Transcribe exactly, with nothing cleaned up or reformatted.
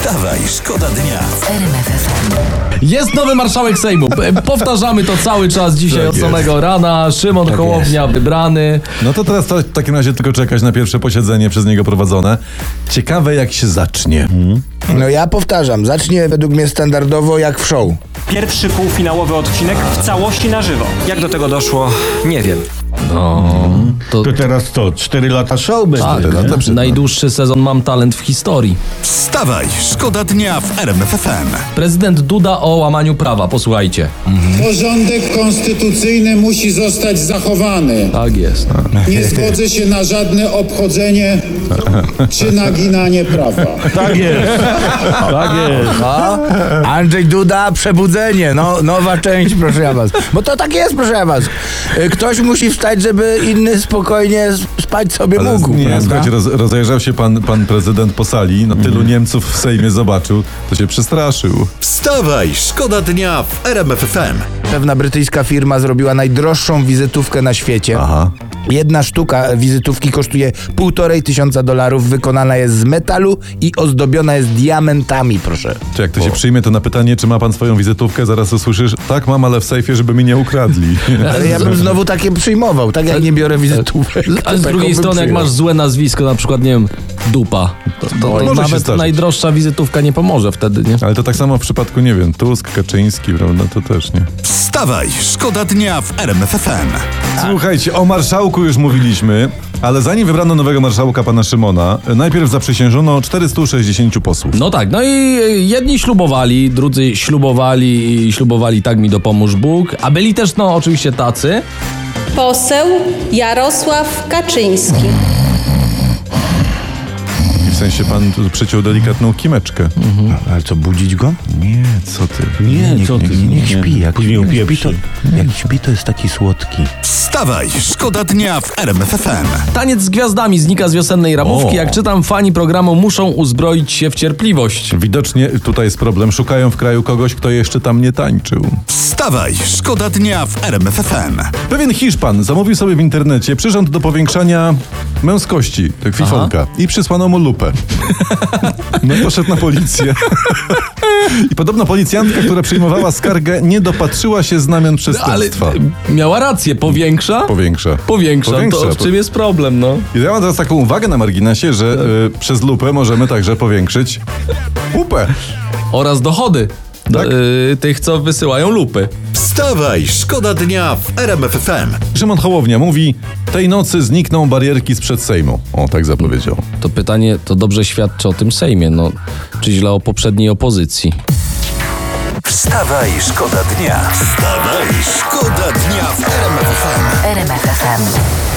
Wstawaj, szkoda dnia w R M F F M. Jest nowy marszałek Sejmu. Powtarzamy to cały czas dzisiaj Tak od jest. samego rana. Szymon Tak Hołownia jest. wybrany. No to teraz to w takim razie tylko czekać na pierwsze posiedzenie przez niego prowadzone. Ciekawe jak się zacznie. No ja powtarzam, zacznie według mnie standardowo jak w show. Pierwszy półfinałowy odcinek w całości na żywo. Jak do tego doszło, nie wiem. No, to, To teraz to, cztery lata show będzie. tak, lata przed nami. najdłuższy sezon Mam Talent w historii. Wstawaj, szkoda dnia w R M F F M. Prezydent Duda o łamaniu prawa. Posłuchajcie. Porządek konstytucyjny musi zostać zachowany. Tak jest. Nie zgodzę się na żadne obchodzenie czy naginanie prawa. Tak jest. Tak jest. A? Andrzej Duda, przebudzenie, no nowa część, proszę ja was. Bo to tak jest, proszę ja was. Y, Ktoś musi wstać, żeby inny spokojnie spać sobie Ale mógł, nie, prawda? słuchajcie, roz, rozejrzał się pan, pan prezydent po sali, no tylu Niemców w Sejmie zobaczył, to się przestraszył. Wstawaj, szkoda dnia w R M F F M. Pewna brytyjska firma zrobiła najdroższą wizytówkę na świecie. Aha. Jedna sztuka wizytówki kosztuje półtorej tysiąca dolarów, wykonana jest z metalu i ozdobiona jest diamentami, proszę. Czy jak to się przyjmie, to na pytanie, czy ma pan swoją wizytówkę, zaraz usłyszysz, tak mam, ale w sejfie, żeby mi nie ukradli. Ale ja bym znowu takie przyjmował, tak jak nie biorę wizytówek. Ale z taką drugiej bym strony, jak przyjął. masz złe nazwisko, na przykład, nie wiem, Dupa, to, to, może to się nawet zdarzyć. najdroższa wizytówka nie pomoże wtedy, nie? Ale to tak samo w przypadku, nie wiem, Tusk, Kaczyński, prawda, to też nie. Wstawaj, szkoda dnia w R M F F M. Słuchajcie, o marszałku już mówiliśmy, ale zanim wybrano nowego marszałka, pana Szymona, najpierw zaprzysiężono czterystu sześćdziesięciu posłów. No tak, no i jedni ślubowali, drudzy ślubowali i ślubowali tak mi dopomóż Bóg, a byli też, no oczywiście tacy. Poseł Jarosław Kaczyński. I w sensie pan tu przyciął delikatną kimeczkę. Ale co, budzić go? Nie, co ty? Nie, co ty? Niech śpi, jak Później śpi, upieprzy. to, jak śpi, to jest taki słodki. Wstawaj, szkoda dnia w R M F F M. Taniec z gwiazdami znika z wiosennej ramówki. O. Jak czytam, fani programu muszą uzbroić się w cierpliwość. Widocznie tutaj jest problem. Szukają w kraju kogoś, kto jeszcze tam nie tańczył. Wstawaj, szkoda dnia w R M F F M. Pewien Hiszpan zamówił sobie w internecie przyrząd do powiększania męskości, tak fifolka, i przysłano mu lupę. No i poszedł na policję. I podobno policjantka, która przyjmowała skargę, nie dopatrzyła się znamion Ale przestępstwa. e, miała rację, powiększa. Powiększa. Powiększa, Powiększa. to w czym jest problem, no? I ja mam teraz taką uwagę na marginesie, że y, przez lupę możemy także powiększyć łupę. Oraz dochody Tak. do, y, tych, co wysyłają lupy. Wstawaj, szkoda dnia w R M F F M. Szymon Hołownia mówi, tej nocy znikną barierki sprzed Sejmu. O, tak zapowiedział. To pytanie, to dobrze świadczy o tym Sejmie, no, czy źle o poprzedniej opozycji. Wstawaj, szkoda dnia. Wstawaj, szkoda dnia w R M F F M. R M F F M.